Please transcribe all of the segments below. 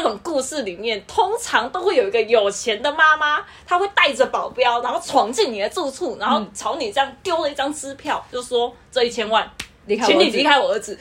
种故事里面，通常都会有一个有钱的妈妈，她会带着保镖，然后闯进你的住处，然后朝你这样丢了一张支票，就说这1000万，请你离开我儿子。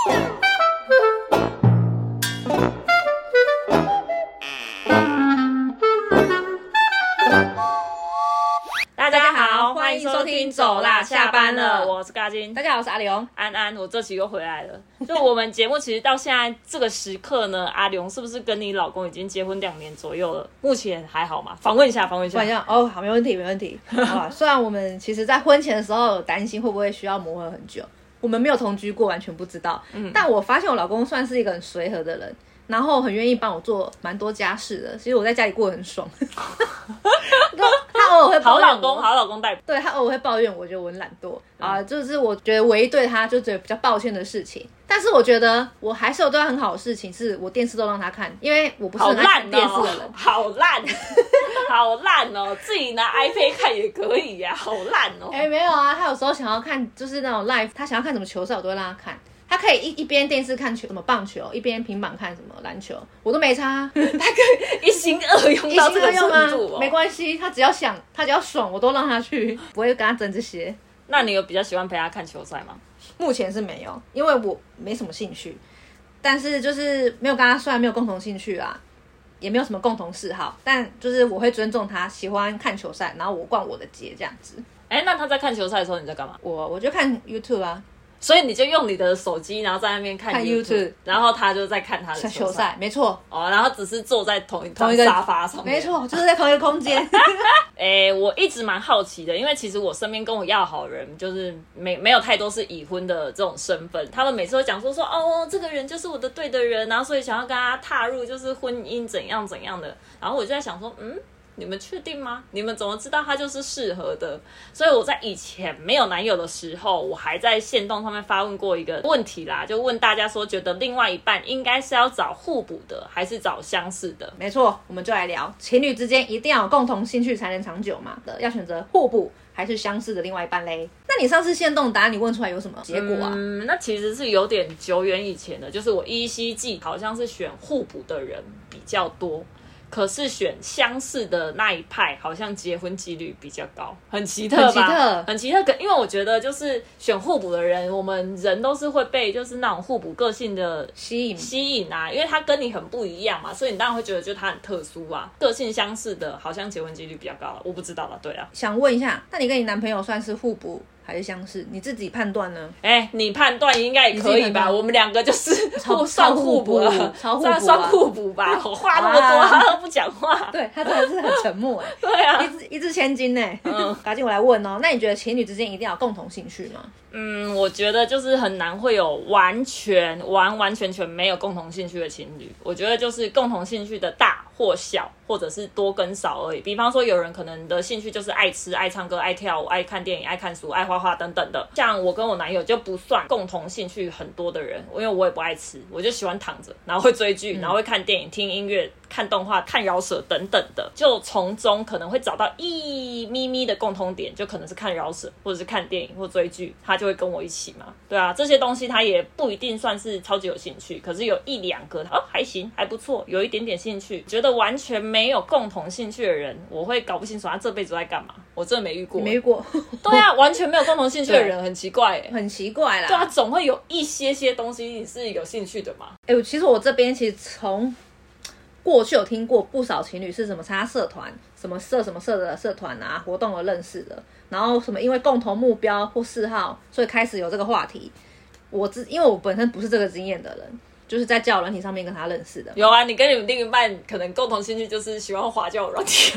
大家好，欢迎收听走啦，下班了，我是嘎金。 大家好，我是阿龙。 安安，我这期又回来了。就我们节目其实到现在这个时刻呢，阿龙是不是跟你老公已经结婚2年左右了？目前还好吗？访问一下。 哦，好，没问题。好，虽然我们其实在婚前的时候有担心会不会需要磨合很久，我们没有同居过，完全不知道。但我发现我老公算是一个很随和的人。然后很愿意帮我做蛮多家事的，其实我在家里过得很爽。他偶尔会抱怨我， 好老公带。 对，他偶尔会抱怨我，觉得我很懒惰啊，就是我觉得唯一对他就觉得比较抱歉的事情。但是我觉得我还是有对他很好的事情，是我电视都让他看，因为我不是很爱看电视的人。 好烂哦，自己拿 iPad 看也可以呀，好烂哦。 没有啊，他有时候想要看就是那种 live， 他想要看什么球赛，我都会让他看。他可以一边电视看球什么棒球，一边平板看什么篮球，我都没差。他可以一心二用到这个程度没关系，他只要想，他只要爽，我都让他去，不会跟他争这些。 那你有比较喜欢陪他看球赛吗？ 目前是没有，因为我没什么兴趣。但是就是没有跟他，虽然没有共同兴趣啊，也没有什么共同嗜好，但就是我会尊重他喜欢看球赛，然后我逛我的街这样子。 那他在看球赛的时候你在干嘛？ 我就看 YouTube 啊。 所以你就用你的手机，然后在那边看 YouTube， 然后他就在看他的球赛， 没错。 然后只是坐在同一张沙发上面， 没错，就是在同一个空间。 我一直蛮好奇的，因为其实我身边跟我要好的人，就是没有太多是已婚的这种身份，他们每次都讲说哦，这个人就是我的对的人，然后所以想要跟他踏入就是婚姻怎样怎样的，然后我就在想说，你们确定吗？你们怎么知道他就是适合的？所以我在以前没有男友的时候，我还在限动上面发问过一个问题啦，就问大家说，觉得另外一半应该是要找互补的，还是找相似的？ 没错，我们就来聊情侣之间一定要有共同兴趣才能长久嘛的，要选择互补还是相似的另外一半嘞？那你上次限动答案你问出来有什么结果啊？ 那其实是有点久远以前的，就是我依稀记好像是选互补的人比较多。可是选相似的那一派，好像结婚几率比较高，很奇特吧？很奇特。因为我觉得就是选互补的人，我们人都是会被就是那种互补个性的吸引啊，因为他跟你很不一样嘛，所以你当然会觉得就他很特殊啊。个性相似的，好像结婚几率比较高，我不知道了。对啊， 想问一下，那你跟你男朋友算是互补还是相似？你自己判断呢？ 你判断应该也可以吧？我们两个就是算互补了，算互补吧。我话那么多，他都不讲话。 对，他真的是很沉默对啊， 一掷千金呢。赶紧我来问哦，那你觉得情侣之间一定要有共同兴趣吗？ 我觉得就是很难会有完全没有共同兴趣的情侣。我觉得就是共同兴趣的大或小，或者是多跟少而已。比方说，有人可能的兴趣就是爱吃、爱唱歌、爱跳舞、爱看电影、爱看书、爱画画等等的。像我跟我男友就不算共同兴趣很多的人，因为我也不爱吃，我就喜欢躺着，然后会追剧，然后会看电影、听音乐、看动画、看饶舌等等的，就从中可能会找到一咪咪的共通点，就可能是看饶舌，或者是看电影或追剧，他就会跟我一起嘛。对啊，这些东西他也不一定算是超级有兴趣，可是有1-2个还行，还不错，有一点点兴趣。觉得完全没有共同兴趣的人，我会搞不清楚他这辈子在干嘛。我真的没遇过。 你没遇过？ 对啊，完全没有共同兴趣的人很奇怪很奇怪啦。 对啊，总会有一些东西你是有兴趣的嘛。 其实我这边其实从过去有听过不少情侣是什么参加社团，什么社的社团啊活动而认识的，然后什么因为共同目标或嗜好，所以开始有这个话题。因为我本身不是这个经验的人，就是在交友软体上面跟他认识的。 有啊，你跟你们另一半可能共同兴趣就是喜欢滑交友软体。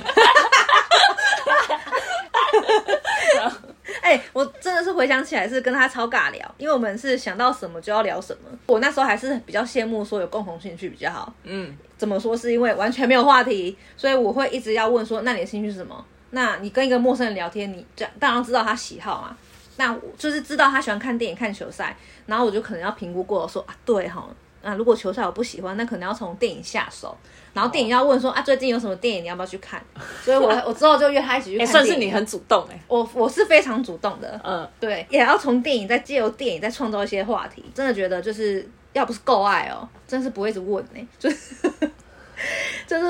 我真的是回想起来是跟他超尬聊，因为我们是想到什么就要聊什么。我那时候还是比较羡慕说有共同兴趣比较好。怎么说？是因为完全没有话题，所以我会一直要问说，那你的兴趣是什么？那你跟一个陌生人聊天，你当然知道他喜好嘛。那就是知道他喜欢看电影、看球赛，然后我就可能要评估过说对齁，如果球赛我不喜欢，那可能要从电影下手。然后电影要问说最近有什么电影你要不要去看？所以我之后就约他一起去看电影。 算是你很主动我是非常主动的。对，也要从电影再借由电影再创造一些话题。真的觉得就是要不是够爱真是不会一直问就是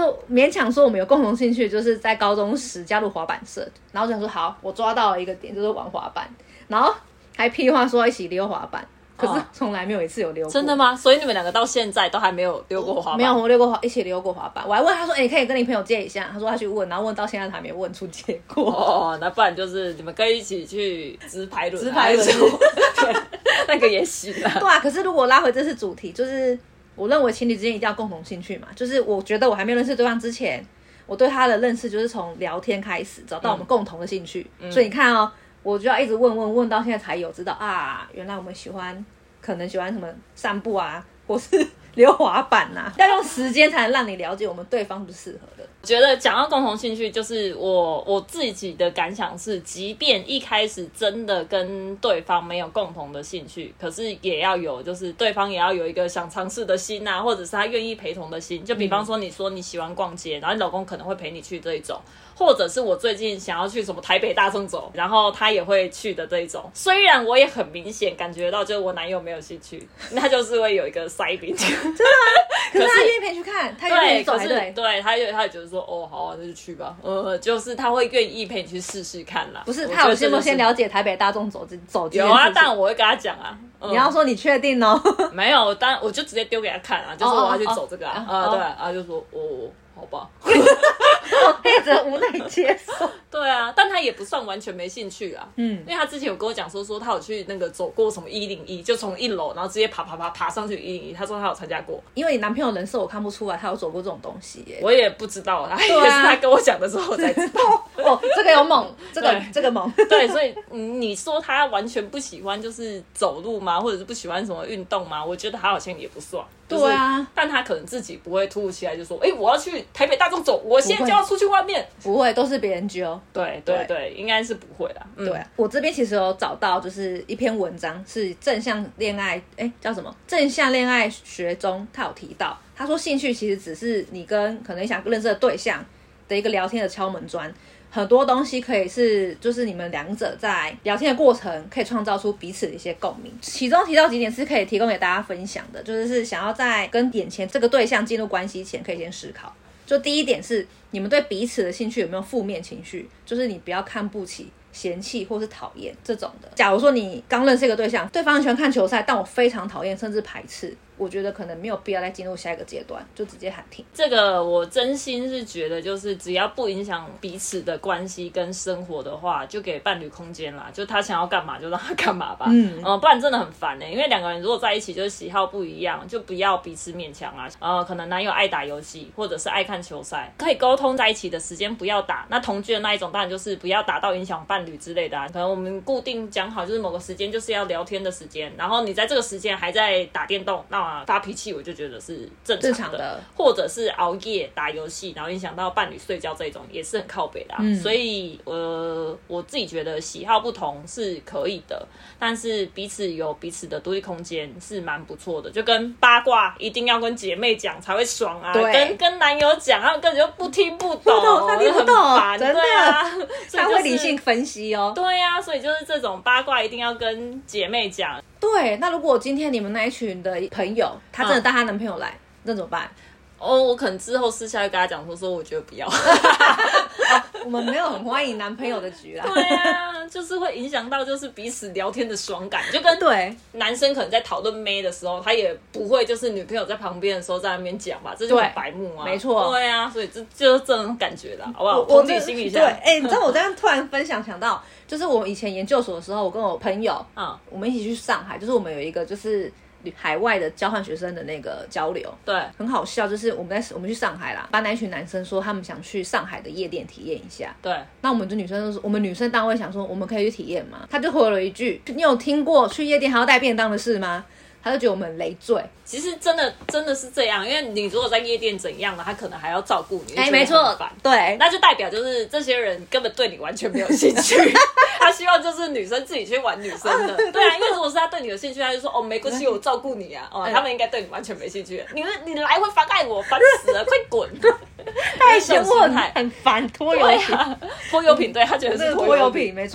勉强说我们有共同兴趣，就是在高中时加入滑板社，然后就想说好，我抓到了一个点，就是玩滑板，然后还屁话说一起溜滑板，可是从来没有一次有溜过。 真的吗？所以你们两个到现在都还没有溜过滑板？ 没有，我溜过一起溜过滑板。我还问他说：“你可以跟你朋友借一下？”他说他去问，然后问到现在还没问出结果。 哦，那不然就是你们可以一起去直排轮， 直排轮对，那个也行啊。 对啊，可是如果拉回这次主题，就是我认为情侣之间一定要共同兴趣嘛。就是我觉得我还没有认识对方之前，我对他的认识就是从聊天开始，找到我们共同的兴趣。所以你看哦，我就要一直问到现在才有知道啊，原来我们可能喜欢什么散步啊，或是溜滑板啊，要用时间才能让你了解我们对方是不是适合的。 我觉得讲到共同兴趣，就是我自己的感想是，即便一开始真的跟对方没有共同的兴趣，可是也要有，就是对方也要有一个想尝试的心啊，或者是他愿意陪同的心。就比方说，你说你喜欢逛街，然后你老公可能会陪你去这一种，或者是我最近想要去什么台北大众走，然后他也会去的这一种。虽然我也很明显感觉到，就是我男友没有兴趣，那就是会有一个塞饼。 真的啊？可是他愿意陪你去看，他愿意走还对， 对，他也觉得说，哦，好啊，那就去吧。就是他会愿意陪你去试试看啦。 不是，他有先了解台北大众走有啊，当然我会跟他讲啊。 你要说你确定哦？ 没有，当然我就直接丢给他看啊，就说我要去走这个啊，对啊，就说好吧。 配着无奈接受。 对啊，但他也不算完全没兴趣啊。因为他之前有跟我讲说他有去那个走过什么101，就从1楼然后直接爬上去101。他说他有参加过。 因为你男朋友人设我看不出来他有走过这种东西耶。 我也不知道，也是他跟我讲的时候我才知道。 哦，这个有猛，这个猛。 对，所以你说他完全不喜欢就是走路吗？或者是不喜欢什么运动吗？我觉得他好像也不算。就是、 对啊， 但他可能自己不会突如其来就说，我要去台北大众走，我现在就要出去外面。 不会，都是别人揪。 对，应该是不会啦。 对啊，我这边其实有找到就是一篇文章，是正向恋爱，叫什么？正向恋爱学中，他有提到，他说兴趣其实只是你跟可能想认识的对象的一个聊天的敲门砖。很多东西可以是，就是你们两者在聊天的过程可以创造出彼此的一些共鸣。其中提到几点是可以提供给大家分享的，就是想要在跟眼前这个对象进入关系前，可以先思考。就第一点是，你们对彼此的兴趣有没有负面情绪？就是你不要看不起、嫌弃或是讨厌这种的。假如说你刚认识一个对象，对方很喜欢看球赛，但我非常讨厌甚至排斥，我觉得可能没有必要再进入下一个阶段，就直接喊停。 这个我真心是觉得，就是只要不影响彼此的关系跟生活的话，就给伴侣空间啦。就他想要干嘛就让他干嘛吧。不然真的很烦因为两个人如果在一起就是喜好不一样，就不要彼此勉强啊。可能男友爱打游戏，或者是爱看球赛，可以沟通在一起的时间不要打。那同居的那一种当然就是不要打到影响伴侣之类的可能我们固定讲好，就是某个时间就是要聊天的时间，然后你在这个时间还在打电动，那发脾气我就觉得是正常的，或者是熬夜打游戏，然后影响到伴侣睡觉这种也是很靠北的所以我自己觉得喜好不同是可以的，但是彼此有彼此的独立空间是蛮不错的。就跟八卦一定要跟姐妹讲才会爽啊，跟男友讲他根本就不听不懂， 他听不懂，真的他会理性分析哦。 对啊，所以就是这种八卦一定要跟姐妹讲。 对，那如果今天你们那一群的朋友，她真的带她男朋友来，那怎么办？ 我可能之后私下会跟他讲说我觉得不要。 我们没有很欢迎男朋友的局啦。 对啊，就是会影响到就是彼此聊天的爽感，就跟男生可能在讨论妹的时候，他也不会就是女朋友在旁边的时候在那边讲吧，这就很白目啊。 没错。 对啊，所以这就是这种感觉啦，好不好？同理心一下。 对，你知道我这样突然分享想到，就是我以前研究所的时候，我跟我朋友，我们一起去上海，就是我们有一个就是海外的交换学生的那个交流， 对， 很好笑。就是我们去上海啦，班那一群男生说他们想去上海的夜店体验一下， 对。 那我们女生单位想说我们可以去体验吗？他就回了一句：“你有听过去夜店还要带便当的事吗？”他就觉得我们很累赘。 其实真的是这样，因为你如果在夜店怎样了，他可能还要照顾你， 没错，对， 那就代表就是这些人根本对你完全没有兴趣。他希望就是女生自己去玩女生的，对啊，因为如果是他对你有兴趣，他就说没关系，我照顾你啊。他们应该对你完全没兴趣，你来会妨碍我，烦死了，快滚！ 太嫌我很烦，拖油瓶， 拖油瓶，对他觉得是拖油瓶，没错。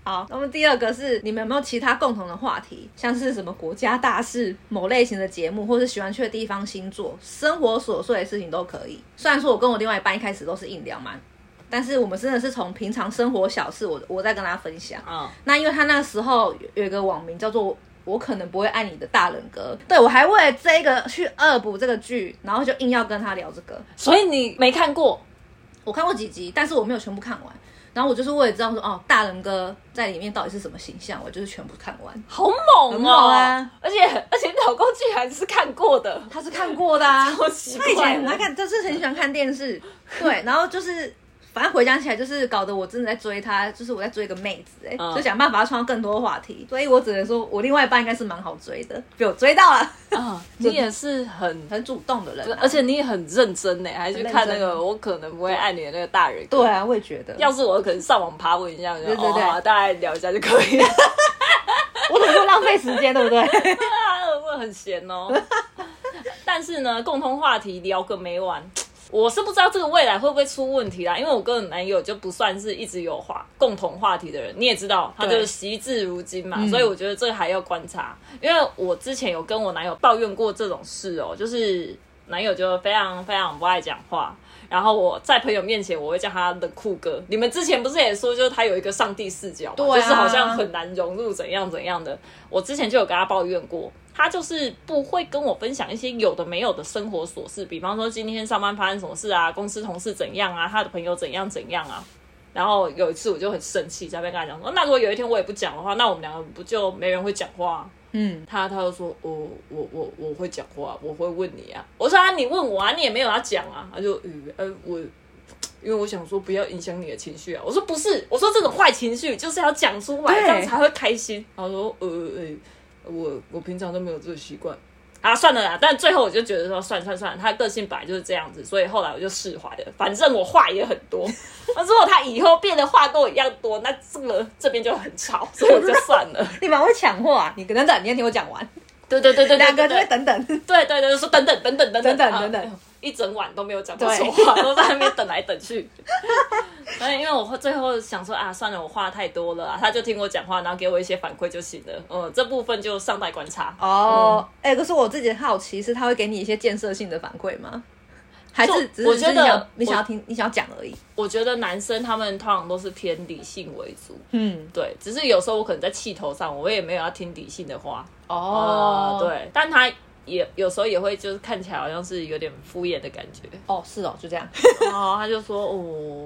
好，那么第二个是你们有没有其他共同的话题，像是什么国家大事、某类型的节目，或是喜欢去的地方、星座、生活琐碎的事情都可以。虽然说我跟我另外一半一开始都是硬聊嘛，但是我们真的是从平常生活小事我在跟他分享。那因为他那个时候有一个网名叫做我可能不会爱你的大人哥，对，我还为了这个去恶补这个剧，然后就硬要跟他聊这个。 所以你没看过？ 我看过几集，但是我没有全部看完。然后我就是为了知道说，哦，大人哥在里面到底是什么形象，我就是全部看完。 好猛很猛啊！ 而且你老公居然是看过的， 他是看过的啊， 超奇怪的。 他以前很爱看，就是很喜欢看电视，对，然后就是反正回想起来，就是搞得我真的在追他，就是我在追一个妹子就想办法要创造更多话题，所以我只能说我另外一半应该是蛮好追的，被我追到了。 你也是很主动的人， 而且你也很认真还去看那个我可能不会爱你的那个大人。 对啊，我也觉得， 要是我可能上网爬文一下， 对， 大概聊一下就可以了。 我怎么会浪费时间，对不对？ 我很闲哦。但是呢，共同话题聊个没完。我是不知道这个未来会不会出问题啦，因为我跟我男友就不算是一直有共同话题的人，你也知道他就是惜字如金嘛，所以我觉得这个还要观察。因为我之前有跟我男友抱怨过这种事哦，就是男友就非常非常不爱讲话，然后我在朋友面前我会叫他冷酷哥。你们之前不是也说就是他有一个上帝视角嘛， 对啊， 就是好像很难融入怎样怎样的。我之前就有跟他抱怨过，他就是不会跟我分享一些有的没有的生活琐事，比方说今天上班发生什么事啊，公司同事怎样啊，他的朋友怎样怎样啊。然后有一次我就很生气，在那边跟他讲说，那如果有一天我也不讲的话，那我们两个不就没人会讲话啊？他就说，我会讲话，我会问你啊。我说啊，你问我啊，你也没有要讲啊。他就因为我想说不要影响你的情绪啊。我说不是，我说这种坏情绪就是要讲出来，这样才会开心。然后说我平常都没有这个习惯啊，算了啦。但最后我就觉得说算了，他的个性本来就是这样子，所以后来我就释怀了。反正我话也很多，那如果他以后变得话跟我一样多，那这边就很吵，所以我就算了。 你蛮会抢话，你等等，你先听我讲完。 对， 两个就会等等。 对，说等等。一整晚都没有讲过说话，都在那边等来等去。所以因为我最后想说啊，算了，我话太多了他就听我讲话，然后给我一些反馈就行了。这部分就尚待观察。 可是我自己好奇是他会给你一些建设性的反馈吗？还是只是我觉得你想要听，你想要讲而已？ 我觉得男生他们通常都是偏理性为主，对，只是有时候我可能在气头上，我也没有要听理性的话。对，但他也有时候也会就是看起来好像是有点敷衍的感觉。 是就这样。 他就说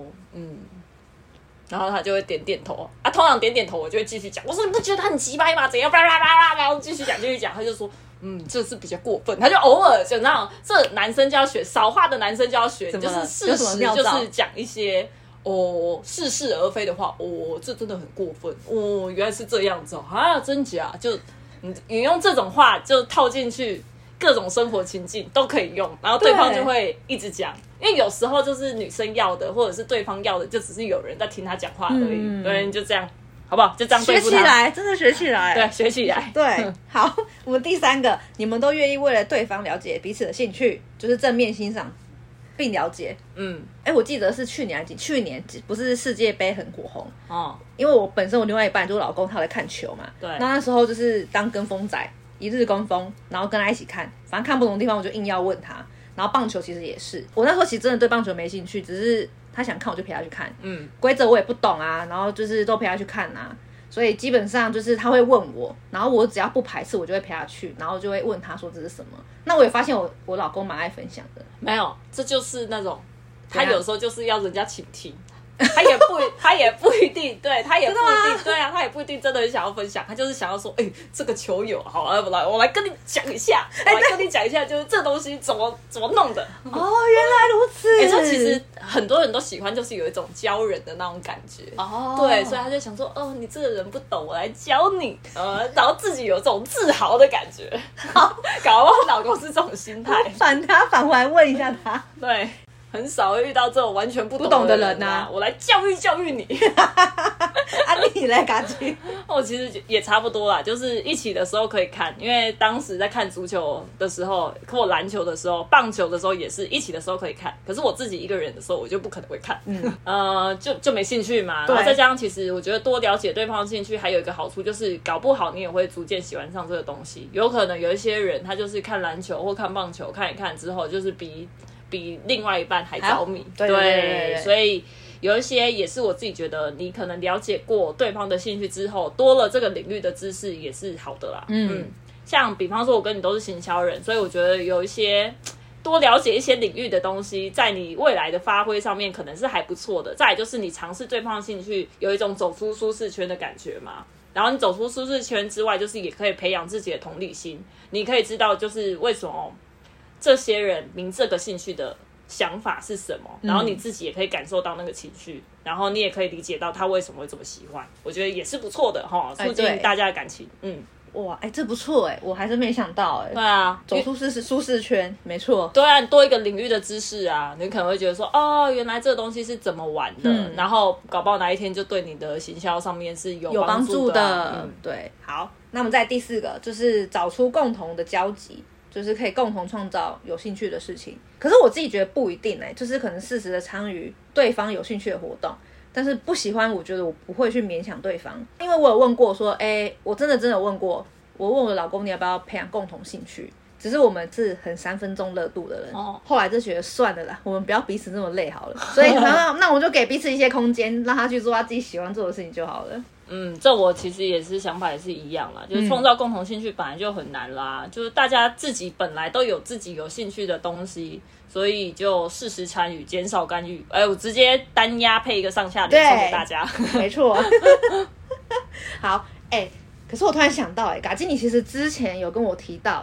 然后他就会点点头啊，通常点点头我就会继续讲。我说你不觉得他很鸡掰吗？怎样？然后继续讲，他就说这是比比较过分。他就偶尔就那种，这男生就要学少话的男生就要学，就是事实就是讲一些似是而非的话。这真的很过分。原来是这样子真假？就你用这种话就套进去，各种生活情境都可以用，然后对方就会一直讲。因为有时候就是女生要的，或者是对方要的，就只是有人在听他讲话而已。对，就这样，好不好？就这样对付他。 学起来，真的学起来。 对，学起来。 对，好，我们第三个，你们都愿意为了对方了解彼此的兴趣，就是正面欣赏并了解。我记得是去年不是世界杯很火红因为我本身我另外一半就是老公，他有在看球嘛。 对。 那时候就是当跟风仔，一日跟风，然后跟他一起看，反正看不同的地方我就硬要问他。然后棒球其实也是，我那时候其实真的对棒球没兴趣，只是他想看我就陪他去看。规则我也不懂啊，然后就是都陪他去看啊。所以基本上就是他会问我，然后我只要不排斥，我就会陪他去，然后就会问他说这是什么。那我也发现我老公蛮爱分享的。 没有，这就是那种他有时候就是要人家倾听。他也不一定，对，他也不一定，对啊，他也不一定真的很想要分享，他就是想要说，这个球友好，我来跟你讲一下，就是这东西怎么弄的。 原来如此。 这其实很多人都喜欢，就是有一种教人的那种感觉。对，所以他就想说，你这个人不懂，我来教你，然后自己有这种自豪的感觉。搞不好老公是这种心态， 返回来问一下他。 对。很少会遇到这种完全不懂的人啊！ 我来教育你。 啊，你来嘎去？ 我其实也差不多啦，就是一起的时候可以看，因为当时在看足球的时候，或篮球的时候，棒球的时候也是一起的时候可以看。可是我自己一个人的时候，我就不可能会看，就没兴趣嘛。然后再加上，其实我觉得多了解对方的兴趣，还有一个好处就是，搞不好你也会逐渐喜欢上这个东西。有可能有一些人，他就是看篮球或看棒球，看一看之后，就是比另外一半还着迷。对，所以。有一些也是我自己觉得，你可能了解过对方的兴趣之后，多了这个领域的知识也是好的啦。像比方说，我跟你都是行销人，所以我觉得有一些多了解一些领域的东西，在你未来的发挥上面可能是还不错的。再来就是你尝试对方的兴趣，有一种走出舒适圈的感觉嘛。然后你走出舒适圈之外，就是也可以培养自己的同理心，你可以知道就是为什么这些人明这个兴趣的想法是什么，然后你自己也可以感受到那个情绪，然后你也可以理解到他为什么会这么喜欢，我觉得也是不错的哈，促进大家的感情。 哇，这不错我还是没想到对啊， 走出舒适圈，没错。 对啊，多一个领域的知识啊，你可能会觉得说，哦，原来这个东西是怎么玩的，然后搞不好哪一天就对你的行销上面是有帮助的。 对，好，那我们再第4个就是找出共同的交集。就是可以共同创造有兴趣的事情，可是我自己觉得不一定就是可能适时的参与对方有兴趣的活动，但是不喜欢，我觉得我不会去勉强对方，因为我有问过说，我真的有问过，我问我的老公你要不要培养共同兴趣，只是我们是很3分钟热度的人，后来就觉得算了啦，我们不要彼此这么累好了，所以那我们就给彼此一些空间，让他去做他自己喜欢做的事情就好了。 这我其实也是想法也是一样啦，就是创造共同兴趣本来就很难啦，就是大家自己本来都有自己有兴趣的东西，所以就适时参与，减少干预。我直接单压配一个上下联送给大家， 没错。好，可是我突然想到，嘎基你其实之前有跟我提到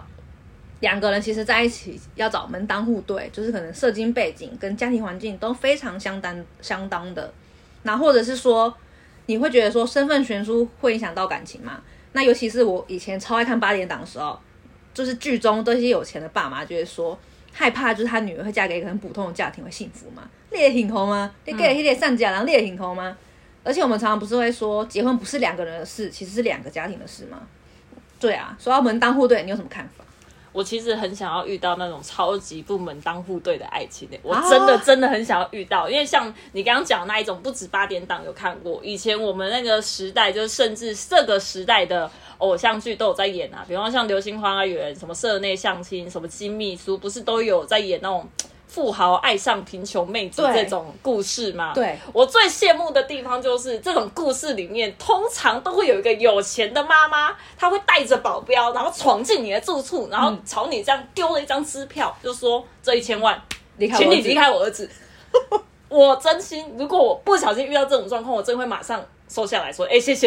，2个人其实在一起要找门当户对，就是可能社经背景跟家庭环境都非常相当的，那或者是说。你会觉得说身份悬殊会影响到感情吗？那尤其是我以前超爱看8点档的时候，就是剧中这些有钱的爸妈就会说害怕，就是他女儿会嫁给一个很普通的家庭会幸福吗？你会幸福吗？你给那个善家人，你会幸福吗？而且我们常常不是会说结婚不是2个人的事，其实是2个家庭的事吗？对啊，说到门当户对，你有什么看法？ 我其实很想要遇到那种超级不门当户对的爱情我真的很想要遇到，因为像你刚刚讲的那一种，不止8点档有看过，以前我们那个时代，就是甚至这个时代的偶像剧都有在演啊，比方像《流星花园》、什么社内相亲、什么金秘书，不是都有在演那种富豪爱上贫穷妹子这种故事吗？ 对， 我最羡慕的地方就是这种故事里面，通常都会有一个有钱的妈妈，她会带着保镖，然后闯进你的住处，然后朝你这样丢了一张支票，就说这1000万，请你离开我儿子。我真心，如果我不小心遇到这种状况，我真的会马上收下来说，谢谢。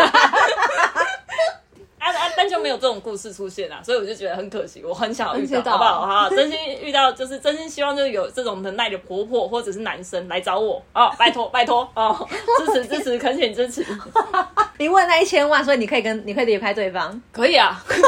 但就没有这种故事出现啊，所以我就觉得很可惜，我很想要遇到，好不好？好，真心遇到，就是真心希望就是有这种能耐的婆婆或者是男生来找我拜托支持，恳请支持。 你问那1000万，所以你可以离开对方， 可以啊。不是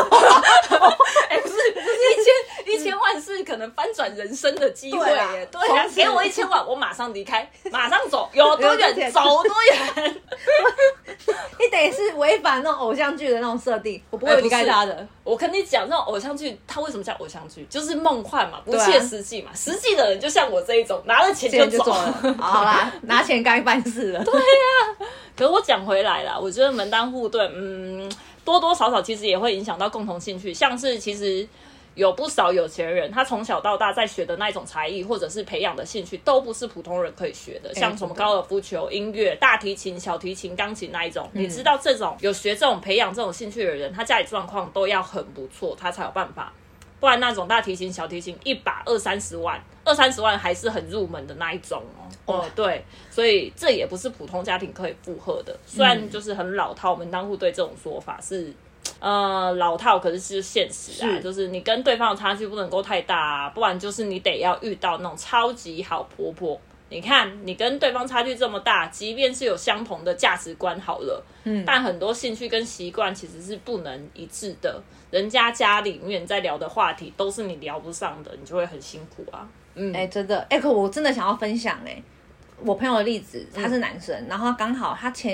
1000万是可能翻转人生的机会耶，对啊，给我1000万，我马上离开，马上走，有多远走多远。 你等于是违反那种偶像剧的那种设定，我不会离开他的。 我跟你讲，那种偶像剧，它为什么叫偶像剧？就是梦幻嘛，不切实际嘛。实际的人就像我这一种，拿了钱就走了。 好啦，拿钱该办事了。 对呀，可是我讲回来啦，我觉得门当户对，多多少少其实也会影响到共同兴趣，像是其实。有不少有钱人，他从小到大在学的那种才艺，或者是培养的兴趣，都不是普通人可以学的。像什么高尔夫球、音乐、大提琴、小提琴、钢琴那一种，你知道这种有学这种培养这种兴趣的人，他家里状况都要很不错，他才有办法。不然那种大提琴、小提琴一把20-30万，20-30万还是很入门的那一种对，所以这也不是普通家庭可以负荷的。虽然就是很老套，门当户对这种说法是。老套，可是现实啊，就是你跟对方的差距不能够太大啊，不然就是你得要遇到那种超级好婆婆。你看，你跟对方差距这么大，即便是有相同的价值观好了，但很多兴趣跟习惯其实是不能一致的。人家家里面在聊的话题都是你聊不上的，你就会很辛苦啊。 真的，可我真的想要分享我朋友的例子，他是男生，然后刚好他前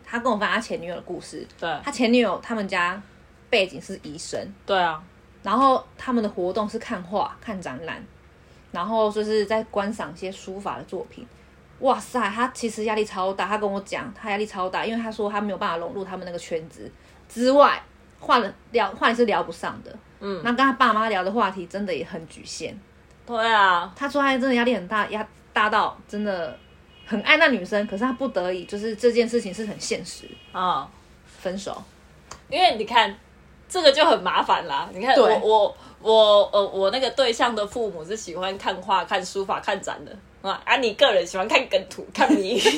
他跟我分享他前女友的故事。 对， 他前女友他们家背景是医生。 对啊， 然后他们的活动是看画、看展览，然后就是在观赏一些书法的作品。哇塞，他其实压力超大。他跟我讲，他压力超大，因为他说他没有办法融入他们那个圈子之外，话题是聊不上的。那跟他爸妈聊的话题真的也很局限。 对啊， 他说他真的压力很大，大到真的很爱那女生，可是他不得已，就是这件事情是很现实啊，分手。 因为你看这个就很麻烦啦。你看我那个对象的父母是喜欢看画、看书法、看展的啊，你个人喜欢看梗图、看谜语，对，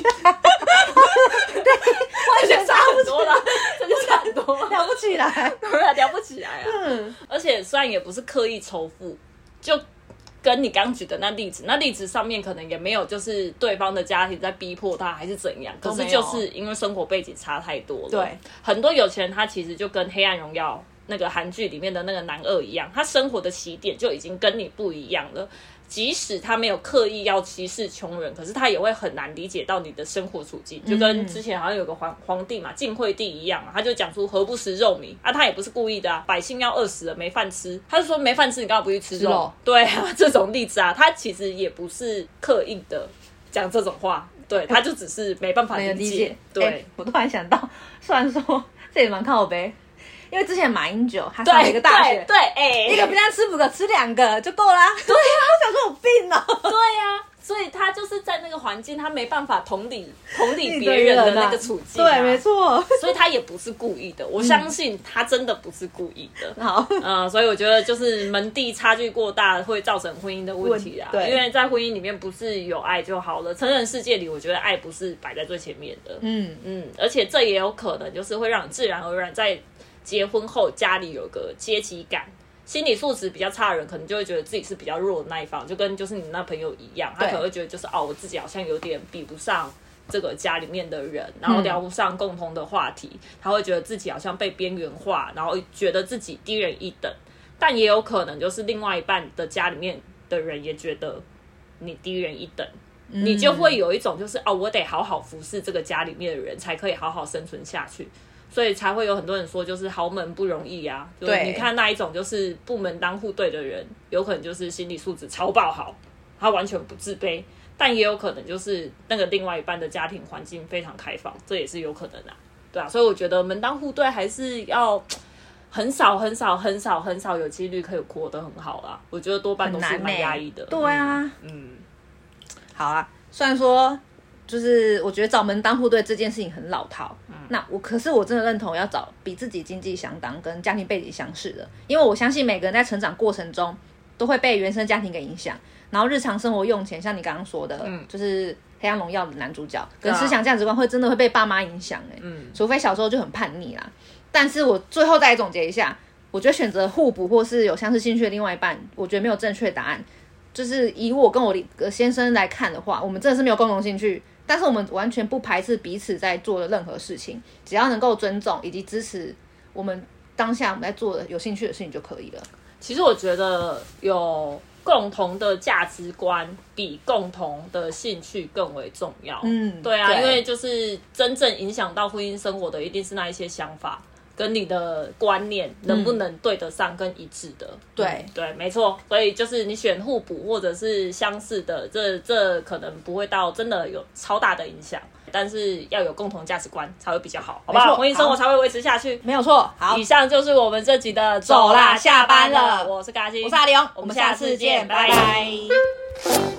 完全差很多了，这就差很多了， 聊不起来， 对啊，聊不起来啊。而且虽然也不是刻意仇富，就跟你刚举的那例子上面可能也没有就是对方的家庭在逼迫他还是怎样，可是就是因为生活背景差太多了。 对， 很多有钱人他其实就跟《黑暗荣耀》那个韩剧里面的那个男二一样，他生活的起点就已经跟你不一样了。即使他没有刻意要歧视穷人，可是他也会很难理解到你的生活处境，就跟之前好像有个皇帝嘛，晋惠帝一样他就讲出何不食肉糜啊，他也不是故意的啊，百姓要饿死了没饭吃，他就说没饭吃你干嘛不去吃肉？对啊，这种例子啊，他其实也不是刻意的讲这种话，对，他就只是没办法理解。对， 我突然想到，虽然说这也蛮靠北。因为之前马英九他上了一个大学， 对， 一个不但吃不够，吃2个就够啦。对啊，我想说有病哦。 对啊，所以他就是在那个环境，他没办法同理别人的那个处境。 对，没错。 所以他也不是故意的，我相信他真的不是故意的。 好， 所以我觉得就是门第差距过大会造成婚姻的问题啊。因为在婚姻里面不是有爱就好了，成人世界里我觉得爱不是摆在最前面的。而且这也有可能就是会让你自然而然在结婚后家里有个阶级感，心理素质比较差的人可能就会觉得自己是比较弱的那一方，就跟就是你那朋友一样，他可能会觉得就是我自己好像有点比不上这个家里面的人，然后聊不上共同的话题，他会觉得自己好像被边缘化，然后觉得自己低人一等。但也有可能就是另外一半的家里面的人也觉得你低人一等，你就会有一种就是我得好好服侍这个家里面的人才可以好好生存下去。所以才会有很多人说就是豪门不容易啊，就是你看那一种就是不门当户对的人，有可能就是心理素质超爆好，他完全不自卑，但也有可能就是那个另外一半的家庭环境非常开放，这也是有可能啊。对啊，所以我觉得门当户对还是要很少有几率可以活得很好啦，我觉得多半都是蛮压抑的。 对啊，好啊，虽然说就是我觉得找门当户对这件事情很老套，可是我真的认同要找比自己经济相当跟家庭背景相似的，因为我相信每个人在成长过程中都会被原生家庭给影响，然后日常生活用钱，像你刚刚说的，就是《黑暗荣耀》的男主角跟思想价值观会真的会被爸妈影响除非小时候就很叛逆啦。但是我最后再总结一下，我觉得选择互补或是有相似兴趣的另外一半，我觉得没有正确答案。就是以我跟我先生来看的话，我们真的是没有共同兴趣，但是我们完全不排斥彼此在做的任何事情，只要能够尊重以及支持我们当下我们在做的有兴趣的事情就可以了。 其实我觉得有共同的价值观比共同的兴趣更为重要。对啊，因为就是真正影响到婚姻生活的一定是那一些想法跟你的观念能不能对得上跟一致的。对，没错。所以就是你选互补或者是相似的，这可能不会到真的有超大的影响，但是要有共同价值观才会比较好，好不好？婚姻生活才会维持下去。 没有错。好， 以上就是我们这集的走啦，下班了。 我是嘎金， 我是阿玲， 我们下次见，拜拜。